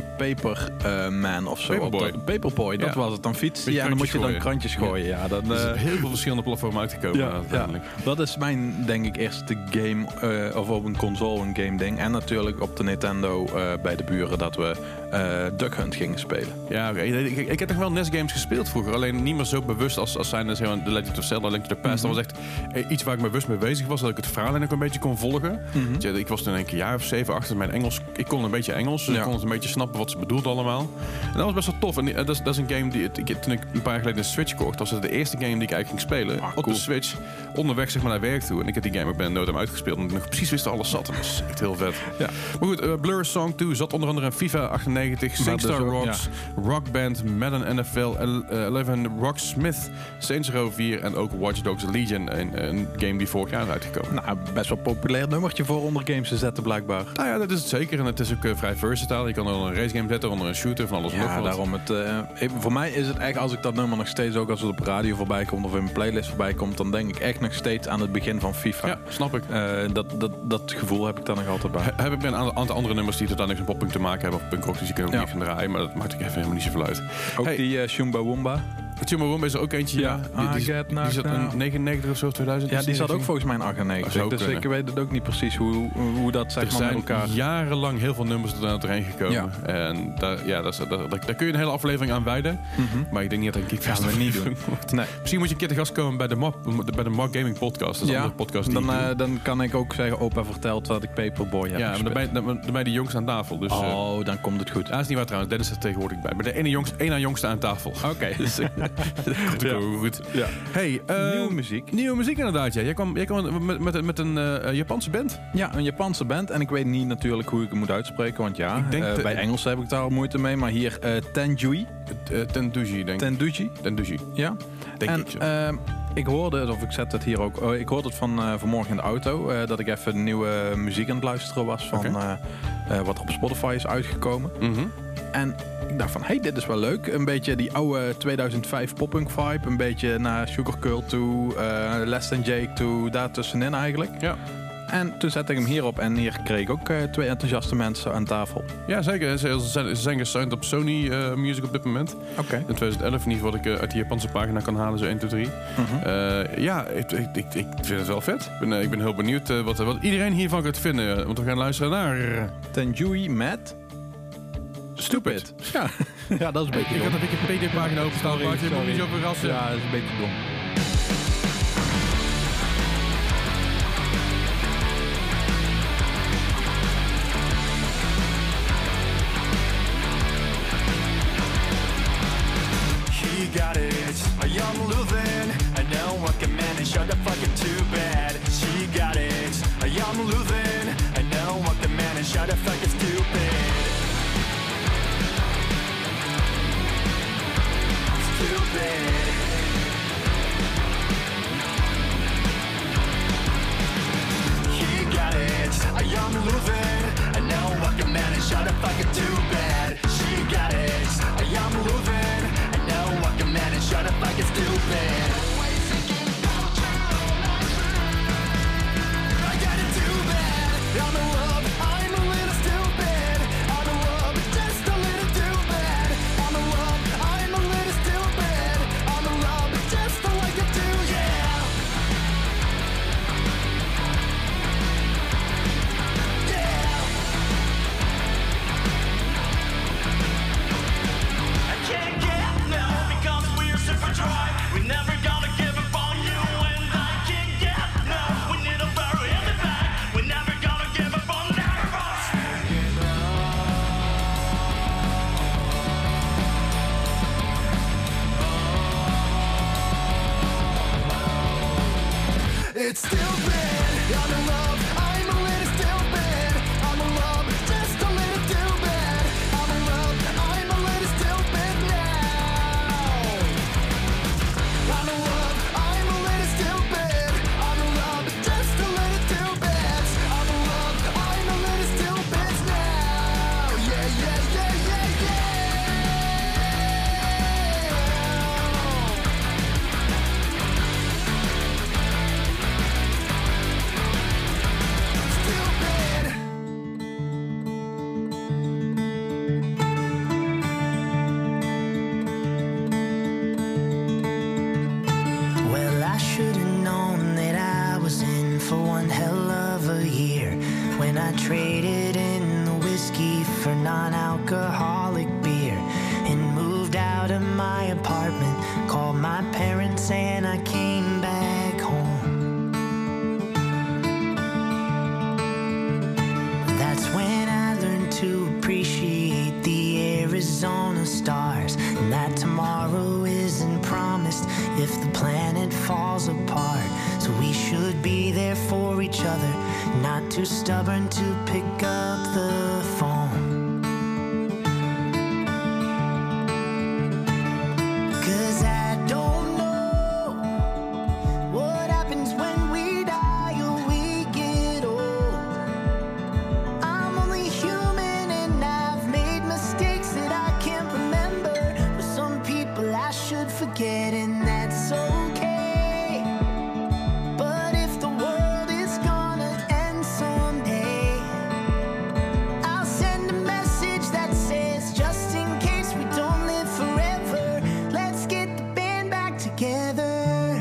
Paperman of zo. Paperboy. Op dat- Paperboy, dat Ja. was het. Dan fietste Met je en dan moest je dan krantjes krantjes gooien. gooien. Ja, dat, Er eh, zijn heel veel verschillende platformen uitgekomen ja, ja, uiteindelijk. dat is mijn, denk ik, eerste game, eh, of op een console een game ding. En natuurlijk op de Nintendo eh, bij de buren dat we eh, Duck Hunt gingen spelen. Ja, oké. Ik, ik, ik heb nog wel N E S-games gespeeld vroeger. Alleen niet meer zo bewust als, als zijn The Legend of Zelda Link to the Past. Mhm. Dat was echt eh, iets waar ik me bewust mee bezig was. Dat ik het verhaal ook een beetje kon volgen. Mhm. Tja, ik was toen een jaar of zeven achter mijn Engels. Ik kon een beetje Engels. Dus Ja. ik kon het een beetje snappen wat ze bedoelde allemaal. En dat was best wel tof. En die- dat is, dat is een game die... Ik, toen ik een paar jaar geleden een Switch kocht, was het de eerste game die ik eigenlijk ging spelen. Ah, Op cool. de Switch. Onderweg zeg maar naar werk toe. En ik heb die game ook bij een noodam uitgespeeld. Omdat ik nog precies wist waar alles zat. En dat is echt heel vet. Ja. Maar goed, uh, Blur Song twee zat onder andere in FIFA achtennegentig, SingStar dus ook- Rocks, Rock Band, Madden N F L elf, Rocksmith, Saints Row vier en ook Watch Dogs Legion. Een, een game die vorig jaar is uitgekomen. Nou, best wel populair nummertje voor onder games te zetten blijkbaar. Nou ja, dat is het zeker. En het is ook uh, vrij versatile. Je kan er onder een racegame zetten, onder een shooter, van alles en nog Ja, wat. daarom het. eh, ik- voor mij is het echt, als ik dat nummer nog steeds ook als het op radio voorbij komt of in mijn playlist voorbij komt, dan denk ik echt nog steeds aan het begin van FIFA. Ja, snap ik. Eh, dat, dat, dat gevoel heb ik dan nog altijd bij. Heb ik bij een aantal andere nummers die totaal niks met popping te maken hebben, of punkrock, dus die kunnen ook Ja. niet gaan draaien, maar dat maakt ook even helemaal niet zoveel uit. Ook Hey. die uh, Shumba Wumba. Chumbawamba is er ook eentje, ja. Ja. Die, die, I die, get die knocked zat down. in negenennegentig of zo, tweeduizend. Ja, die zat ook volgens volgens mij in achtennegentig. Zou Dus kunnen. ik weet het ook niet precies hoe, hoe dat zeg Er maar met zijn elkaar... jarenlang heel veel nummers er doorheen gekomen. Ja. En daar, ja, daar, is- daar, daar, daar kun je een hele aflevering aan wijden. Mhm. Maar ik denk niet dat ik Gaan we niet doen. Nee. Misschien moet je een keer te gast komen bij de Mock, bij de Mock Gaming Podcast. Dat is een Ja, andere podcast die dan, ik doe. eh, dan kan ik ook zeggen, opa vertelt dat ik Paperboy heb Ja, maar dan gespeeld. ben, je- dan, dan ben je de jongste aan tafel. Dus, eh, Oh, dan komt het goed. dat is niet waar trouwens. Dennis is er tegenwoordig bij. Maar de ene jongste, één aan jongste aan tafel. Oké. Dus, eh, Komt ook wel goed. Ja. Hey, uh, Nieuwe muziek. Nieuwe muziek inderdaad, ja. Jij kwam, jij kwam met, met, met een uh, Japanse band. Ja, een Japanse band. En ik weet niet natuurlijk hoe ik het moet uitspreken. Want ja, Ik denk uh, te- bij Engels heb ik daar al moeite mee. Maar hier uh, Tenjui. Uh, Tenduji, denk ik. Tenduji. Tenduji, Ja. denk en, ik. Zo. uh, ik hoorde het, of ik zet het hier ook. Oh, ik hoorde het van uh, vanmorgen in de auto. Uh, dat ik even nieuwe muziek aan het luisteren was. Van Oké. uh, uh, wat er op Spotify is uitgekomen. Mm-hmm. En ik dacht van, hey, dit is wel leuk. Een beetje die oude tweeduizend vijf poppunk vibe. Een beetje naar Sugar Cult toe, uh, Less Than Jake toe, daartussenin eigenlijk. Ja. En toen zette ik hem hierop en hier kreeg ik ook uh, twee enthousiaste mensen aan tafel. Ja, zeker. Ze zijn, ze zijn gesigned op Sony uh, Music op dit moment. Oké. In twintig elf, in ieder geval, wat ik uh, uit die Japanse pagina kan halen, zo één, twee, drie. Mhm. Uh, ja, ik, ik, ik, ik vind het wel vet. Ik ben, uh, ik ben heel benieuwd uh, wat, wat iedereen hiervan gaat vinden. Uh, want we gaan luisteren naar... Tenjui met... Stupid. Ja. Ja, dat is een beetje Ik had dom. een Wikipedia-pagina openstaan, Sorry, maar je moet sorry. niet zo verrassen. Ja, dat is een beetje dom. He got it, a young Leuven. And no one can manage, shut the fucking too bad. She got it, a young Leuven. And no one can manage, shut the fucking stupid. Stupid. He got it, a young Leuven. And no one can manage, shut the fucking too bad. She got it, a young Leuven. And no one can manage, shut the fucking stupid. I got it too bad. I'm in love, I'm a little stupid. I'm in love, just a little too bad. I'm in love, I'm a little stupid. I'm in love, just like I do, yeah. Yeah. I can't get no because we're super dry. We never gonna give up on you, and I can't get no. We need a barrel in the back. We're never gonna give up on none of us. It's stupid. I'm in love. I'm a little stupid. I'm in love. Just a little too bad. I'm in love. I'm a little stupid now. I'm in love. I'm a little stupid. I'm in love. Just a little too bad. I'm in love. I'm a little stupid now. Yeah, yeah, yeah, yeah, yeah. Stupid. Well, I should have known that I was in for one hell of a year when I traded in the whiskey for non-alcoholic beer and moved out of my apartment, called my parents, and I came back home. That's when I learned to appreciate the Arizona stars, and that tomorrow isn't promised if the planet falls apart. So we should be there for each other, not too stubborn to pick up the phone. 'Cause I don't know what happens when we die or we get old. I'm only human and I've made mistakes that I can't remember. But some people I should forget, and that's okay. But if the world is gonna end someday, I'll send a message that says, just in case we don't live forever, let's get the band back together.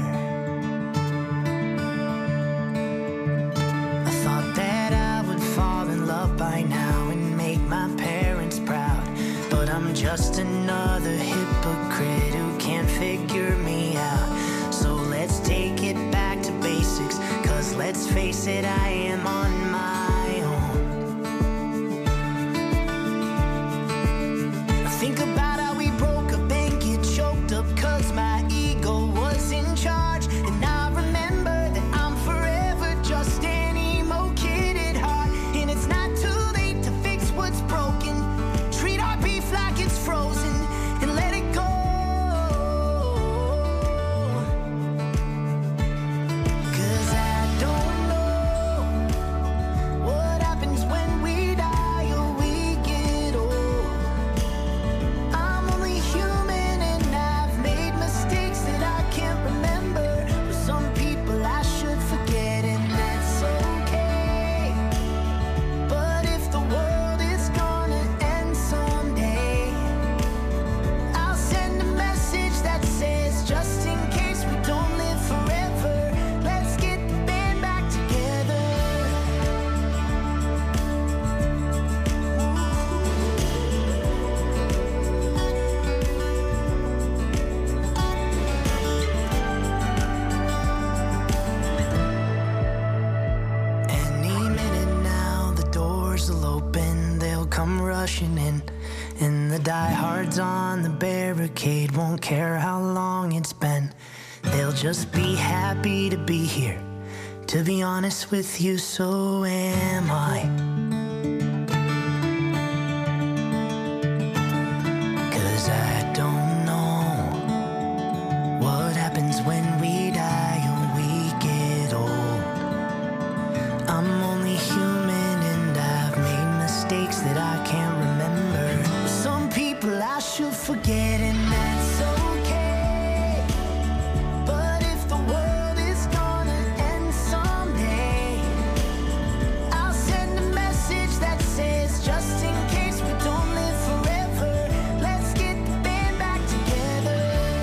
I thought that I would fall in love by now and make my parents proud, but I'm just another hypocrite who can't figure me out. So let's take it back to basics, 'cause let's face it, I am on my own. I think about how we broke up and get choked up 'cause my hoping they'll come rushing in. And the diehards on the barricade won't care how long it's been. They'll just be happy to be here. To be honest with you, so am I. 'Cause I don't know what happens when we die or we get old. I'm only human and I've made mistakes that I can't remember. Some people I should forget and that's okay. But if the world is gonna end someday, I'll send a message that says just in case we don't live forever, let's get the band back together.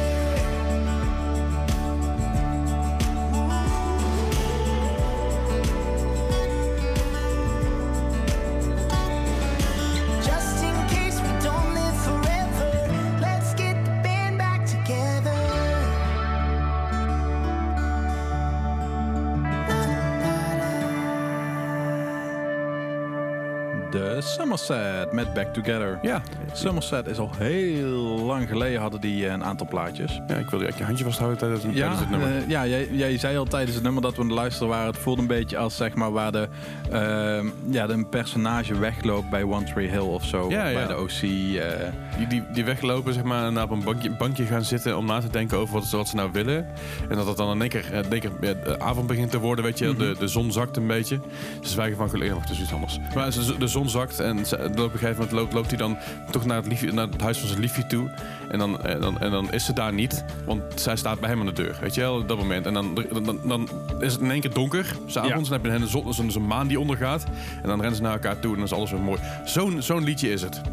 Just in case we don't live forever, let's get the band back together. De Somerset met Back Together. Ja. Somerset is al heel lang geleden, hadden die eh, een aantal plaatjes. Ja, ik wilde je handje vasthouden tijdens, tijdens Ja, het nummer. eh, ja jij, jij zei al tijdens het nummer dat we aan het luisteren waren. Het voelde een beetje als zeg maar waar de, eh, ja, de een personage wegloopt bij One Tree Hill of zo. Ja, bij ja. de O C. eh. Die, die, die weglopen, zeg maar, en op een bankje, bankje gaan zitten om na te denken over wat ze, wat ze nou willen. En dat het dan in één keer, in één keer ja, de avond begint te worden, weet je. Mhm. de, de zon zakt een beetje. Ze zwijgen van geleden. Wacht, dat is iets anders. Maar ze- de zon zakt en ze- op een gegeven moment loopt, loopt hij dan toch naar het, liefje, naar het huis van zijn liefje toe. En dan, en, dan, en dan is ze daar niet, want zij staat bij hem aan de deur, weet je wel, op dat moment. En dan, dan, dan is het in één keer donker, s'avonds. Ja. En dan heb je een zon, zo'n zo'n maan die ondergaat. En dan rennen ze naar elkaar toe en dan is alles weer mooi. Zo'n zo'n liedje is het.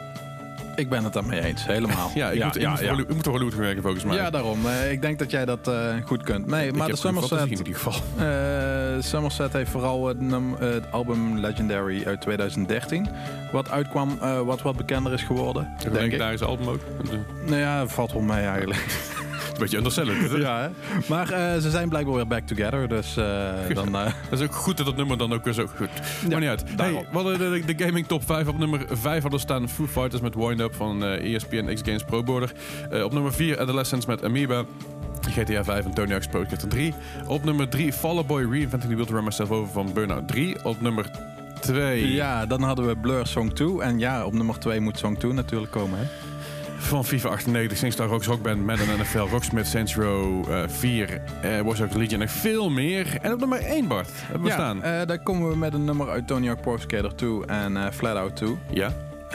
Ik ben het daarmee eens, helemaal. Ja, ik ja, moet, ik ja, moet, ja. voor Hollywood- ik moet voor Hollywood gaan werken volgens mij. Ja, daarom. Eh, ik denk dat jij dat eh, goed kunt. Nee, Ik maar heb de goede fantasie Somerset, in ieder geval. eh, Somerset heeft vooral het, num- het album Legendary uit twintig dertien. Wat uitkwam, eh, wat wat bekender is geworden. Denk Denk ik ik. daar is het album ook. Nou ja, valt wel mee eigenlijk. Een beetje underselling. ja, hè? Maar eh, ze zijn blijkbaar weer back together. Dus eh, dan... eh, Dat is ook goed dat het nummer dan ook weer zo goed. Maar niet uit. daarom. Hey, we hadden de, de, de gaming top vijf. Op nummer vijf hadden staan Foo Fighters met Wind Up van eh, E S P N X Games Pro Border. Uh, op nummer vier Adolescence met Amoeba. G T A vijf en Tony Hawk's Pro Skater drie. Op nummer drie Fall Out Boy Reinventing the Wheel to Run Myself Over van Burnout drie. Op nummer twee ja, dan hadden we Blur Song twee. En ja, op nummer twee moet Song twee natuurlijk komen, hè? van FIFA achtennegentig, SingStar Rocks Rock Band, Madden N F L, Rocksmith, Saints Row uh, vier, uh, Watch Dogs Legion en nog veel meer. En op nummer één, Bart, hebben we Ja, staan. eh, daar komen we met een nummer uit Tony Hawk Pro Skater twee en uh, Flat Out twee. Ja.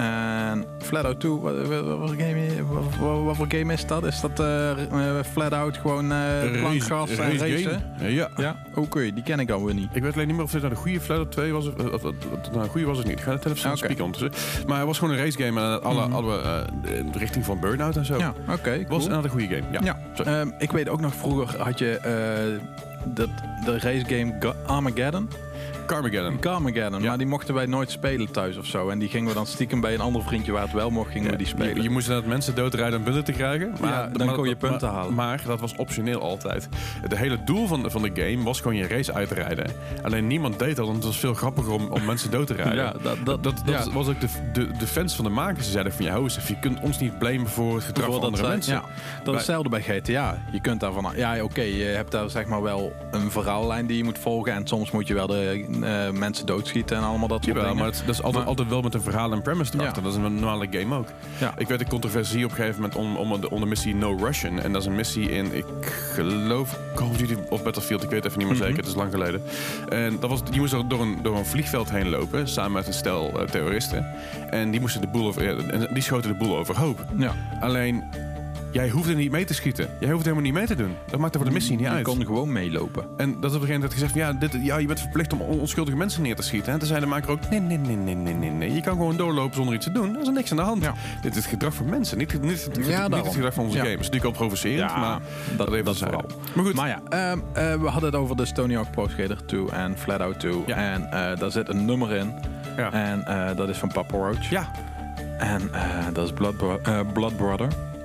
En Flat Out twee, wat, wat, wat, voor game, wat, wat, wat voor game is dat? Is dat uh, uh, Flat Out gewoon uh, plankgas en race racen? game. Ja. Ja, oké, die ken ik dan weer niet. Ik weet alleen niet meer of dit nou de goede Flat Out twee was. Of, of, of, of, nou, een goede was het niet. Ik ga het even snel Oké. spieken ondertussen. Maar het was gewoon een race game. En alle, Mhm. alle uh, in de richting van Burnout en zo. Ja, oké, okay, was cool. inderdaad een goede game. Ja. Ja, Sorry. ehm, ik weet ook nog vroeger had je uh, dat, de race game Ga- Armageddon. Carmageddon. Carmageddon, Ja. maar die mochten wij nooit spelen thuis of zo. En die gingen we dan stiekem bij een ander vriendje waar het wel mocht, gingen we die spelen. Je, je moest inderdaad mensen doodrijden om punten te krijgen. Maar, Ja, dan kon je punten maar, halen. Maar dat was optioneel altijd. Het hele doel van de, van de game was gewoon je race uitrijden. Alleen niemand deed dat, want het was veel grappiger om, om mensen dood te rijden. Ja, dat- dat- dat, ja. was- was ook de, de, de fans van de makers. Ze zeiden van, ja, Jozef, je kunt ons niet blamen voor het gedrag van Bijvoorbeeld andere dat zij- mensen. Ja, dat is hetzelfde bij G T A. Je kunt daarvan... Ja, oké, je hebt daar zeg maar wel een verhaallijn die je moet volgen. En soms moet je wel de uh, mensen doodschieten en allemaal dat soort Jawel, dingen. maar het, dat is altijd, Maar- altijd wel met een verhaal en premise erachter. Ja. Dat is een normale game ook. Ja. Ik weet een controversie op een gegeven moment om, om de, om de missie No Russian. En dat is een missie in, ik geloof, Call of Duty of Battlefield. Ik weet even niet meer Mhm. zeker, het is lang geleden. En dat was, je moest er door een, door een vliegveld heen lopen, samen met een stel uh, terroristen. En die, moesten de boel over, ja, en die schoten de boel overhoop. Ja. Alleen, jij hoeft er niet mee te schieten. Jij hoeft helemaal niet mee te doen. Dat maakt er voor de missie niet Je uit. kon gewoon meelopen. En dat is op een gegeven moment gezegd van, ja, dit, ja, je bent verplicht om on- onschuldige mensen neer te schieten. En toen zei de maker ook, nee, nee, nee, nee, nee, nee, nee. Je kan gewoon doorlopen zonder iets te doen. Er is er niks aan de hand. Ja. Dit is het gedrag van mensen, niet, niet, niet, niet daarom. het gedrag van onze Ja. games. Het is natuurlijk al provocerend, Ja, maar dat- even dat terzijde. vooral. Maar goed, Maar ja, ehm, eh, we hadden het over de Tony Hawk Pro Skater twee en Flat Out twee. Ja. En eh, daar zit een nummer in. ja. En eh, dat is van Papa Roach. ja, En eh, dat is Blood, Bro- eh, Blood Brother.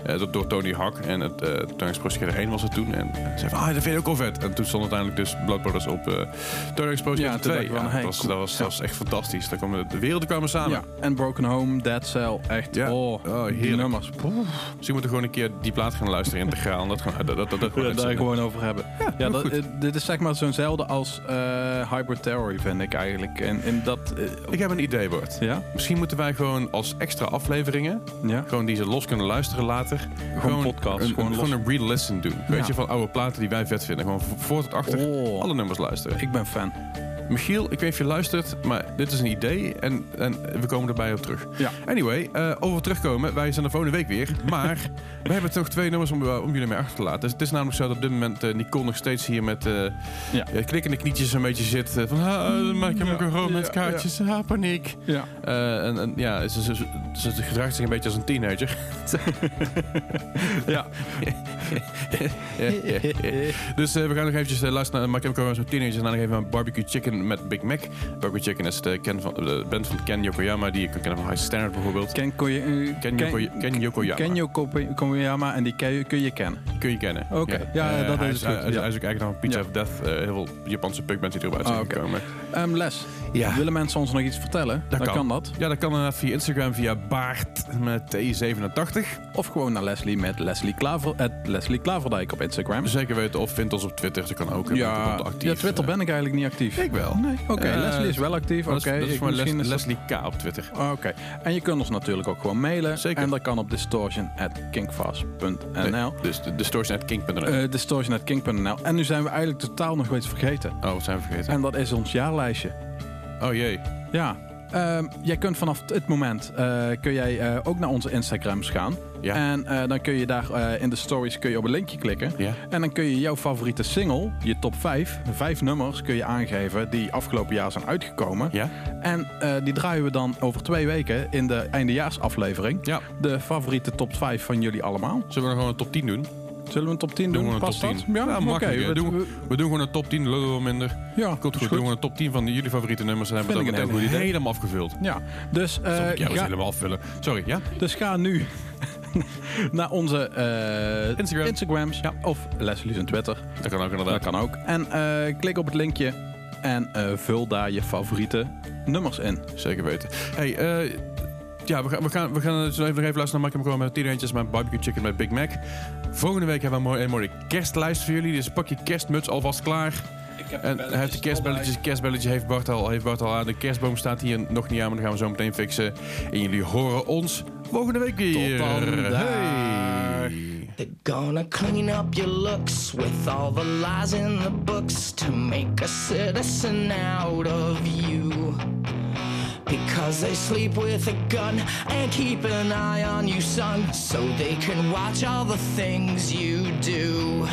Uh, door, door Tony Hawk. En het uh, Tony Hawk's Pro één was het toen. En hij zei van, ah, dat vind ik ook wel vet. En toen stond uiteindelijk dus Blood Brothers op uh, Tony Hawk's Pro Ja, twee. toen dacht ik van, Ja, hey, dat, was, cool. dat, was, dat was echt fantastisch. Daar kwamen de werelden kwamen samen. Ja, en Broken Home, Dead Cell, echt, Ja. oh, Oh, die heerlijk. nummers. Poeh. Dus je moet er gewoon een keer die plaat gaan luisteren integraal. En dat gewoon, dat, dat, dat, dat Ja, gewoon daar gewoon over hebben. Ja, heel dat, goed. eh, dit is zeg maar zo'nzelfde als uh, Hybrid Theory, vind ik eigenlijk. En in dat... eh, Ik heb een idee, Bart. ja? Misschien moeten wij gewoon als extra afleveringen, Ja? gewoon die ze los kunnen luisteren later, Gewoon podcasts, een, gewoon een, los. gewoon een re-listen doen. Weet je, van oude platen die wij vet vinden. Gewoon voor tot achter Oh. alle nummers luisteren. Ik ben fan. Michiel, ik weet niet of je luistert, maar dit is een idee en, en we komen erbij op terug. Ja. Anyway, uh, over terugkomen. Wij zijn de volgende week weer. Maar we hebben nog twee nummers om, uh, om jullie mee achter te laten. Dus het is namelijk zo dat op dit moment uh, Nicole nog steeds hier met uh, Ja. uh, knikkende knietjes een beetje zit. Uh, van, ah, maar ik heb Ja, ook een rood met ja, kaartjes. Ah, paniek. Ja. Uh, en, en ja, ze, ze, ze, ze gedraagt zich een beetje als een teenager. Ja. Dus uh, we gaan nog eventjes uh, luisteren naar My Chemical Romance met Teenagers en dan nog even een Barbecue Chicken met Big Mac. Barbecue Chicken is de, ken van, de band van Ken Yokoyama, die je kan kennen van High Standard bijvoorbeeld. Ken, kon je, uh, Ken, Yoko, Ken Yokoyama. Ken Yoko- Koyama en die kun je, kun je kennen. Kun je kennen. Oké. Ja, Uh, dat hij is is, goed. Hij, hij is Ja. eigenlijk nog Pizza Ja. of Death. Uh, heel veel Japanse punkbands die erop uit zijn Ah, oké. gekomen. Um, Les, Ja. willen mensen ons nog iets vertellen? Dat Dan kan. kan dat. Ja, dat kan inderdaad via Instagram, via Baart met T zevenentachtig. Of gewoon naar Leslie met Leslie, Klaver, at Leslie Klaverdijk op Instagram. Zeker weten, of vind ons op Twitter, dat kan ook. Ik ben Ja, op actief. ja, Twitter ben ik eigenlijk niet actief. Ik wel. Nee, oké. Eh, Leslie is wel actief. Dat Oké, is, dat is ik voor misschien Les, is dat- Leslie K op Twitter. Oké. En je kunt ons natuurlijk ook gewoon mailen. Zeker. En dat kan op distortion at kinkfast punt n l. Nee, dus de distortion at king punt n l. Uh, distortion at king punt n l. En nu zijn we eigenlijk totaal nog iets vergeten. Oh, wat zijn we vergeten? En dat is ons jaarlijstje. Oh jee. Ja. Um, jij kunt vanaf dit moment uh, kun jij uh, ook naar onze Instagrams gaan. Ja. En uh, dan kun je daar uh, in de stories kun je op een linkje klikken. Ja. En dan kun je jouw favoriete single, je top vijf, vijf nummers kun je aangeven die afgelopen jaar zijn uitgekomen. Ja? En uh, die draaien we dan over twee weken in de eindejaarsaflevering. Ja. De favoriete top vijf van jullie allemaal. Zullen we dan gewoon een top tien doen? Zullen we een top tien Doen doen? we een Past top dat? tien. Ja, Ja, oké. makkelijk. We, We, doen, we- we doen gewoon een top tien, lullen we wel minder. ja, Komt goed. is We doen gewoon een top tien van jullie favoriete nummers. En hebben we Vind het ik ook een meteen heel goed idee. helemaal afgevuld. Ja, dus, uh, Sorry, ja, we ga, helemaal afvullen. Sorry, ja? dus ga nu naar onze uh, Instagram. Instagrams Ja. of Leslie's en Twitter. Dat kan ook Dat inderdaad. kan ook. En uh, klik op het linkje en uh, vul daar je favoriete nummers in. Zeker weten. Hey, eh... ja, we gaan, we gaan, we gaan zo even, nog even luisteren naar Mike en met tienertjes met Barbecue Chicken met Big Mac. Volgende week hebben we een mooie, een mooie kerstlijst voor jullie. Dus pak je kerstmuts alvast klaar. En hij heeft de kerstbelletjes, kerstbelletje heeft Bart, al, heeft Bart al aan. De kerstboom staat hier nog niet aan, maar dat gaan we zo meteen fixen. En jullie horen ons volgende week weer. Tot dan. Hey. They're gonna clean up your looks with all the lies in the books to make a citizen out of you. Because they sleep with a gun and keep an eye on you, son, so they can watch all the things you do.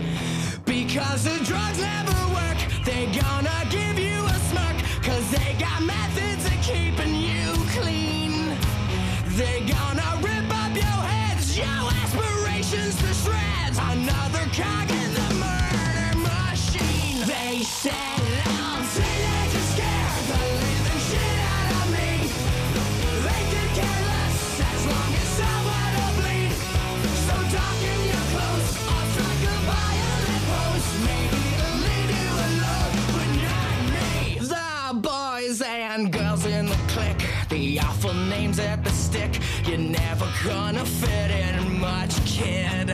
Because the drugs never work, they're gonna give you a smirk, cause they got methods of keeping you clean. They're gonna rip up your heads, your aspirations to shreds. Another cog in the murder machine. They said I'm teenagers scare the living shit out of me. They could care less as long as someone will bleed. So darken your clothes, I'll strike a violent pose. Maybe it'll lead you alone, but not me. The boys and girls in the clique, the awful names at the stick. You're never gonna fit in much, kid.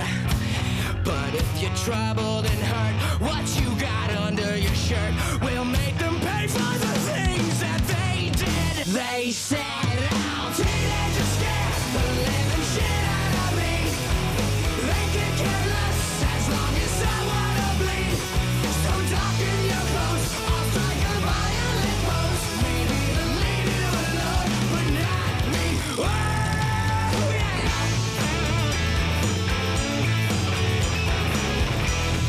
But if you're troubled and hurt, what you got under your shirt will make them pay for the things that they did. They said, "I'll teenagers scare the living shit out of me." They could care less as long as someone will bleed. So darken your clothes, I'll strike a violent pose. Maybe it'll leave you alone, but not me. Oh, yeah.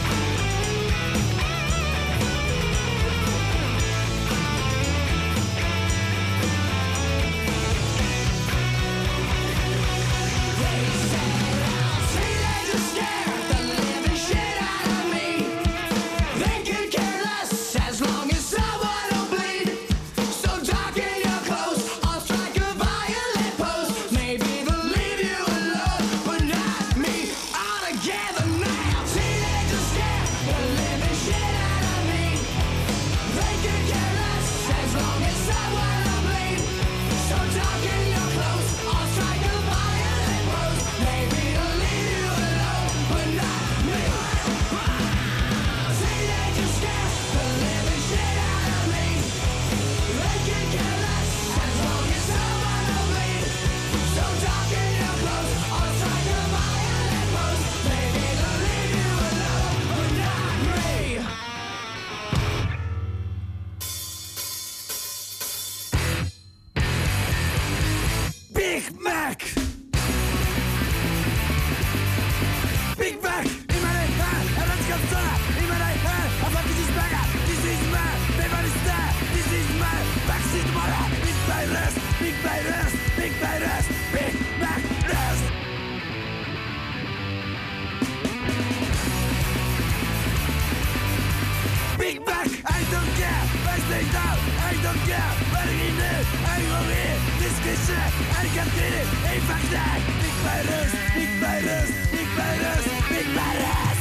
down, I don't care. Wat ik hier nu, ik wil weer discussen. En ik heb dit in vakantie. Ik bij rust, ik bij rust, ik bij rust, ik bij rust.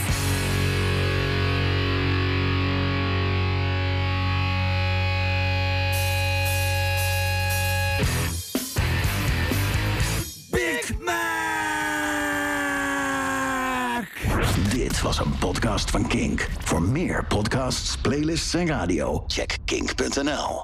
Big Mac! Dit was een podcast van Kink. Voor meer podcasts, playlists en radio, check kink punt n l.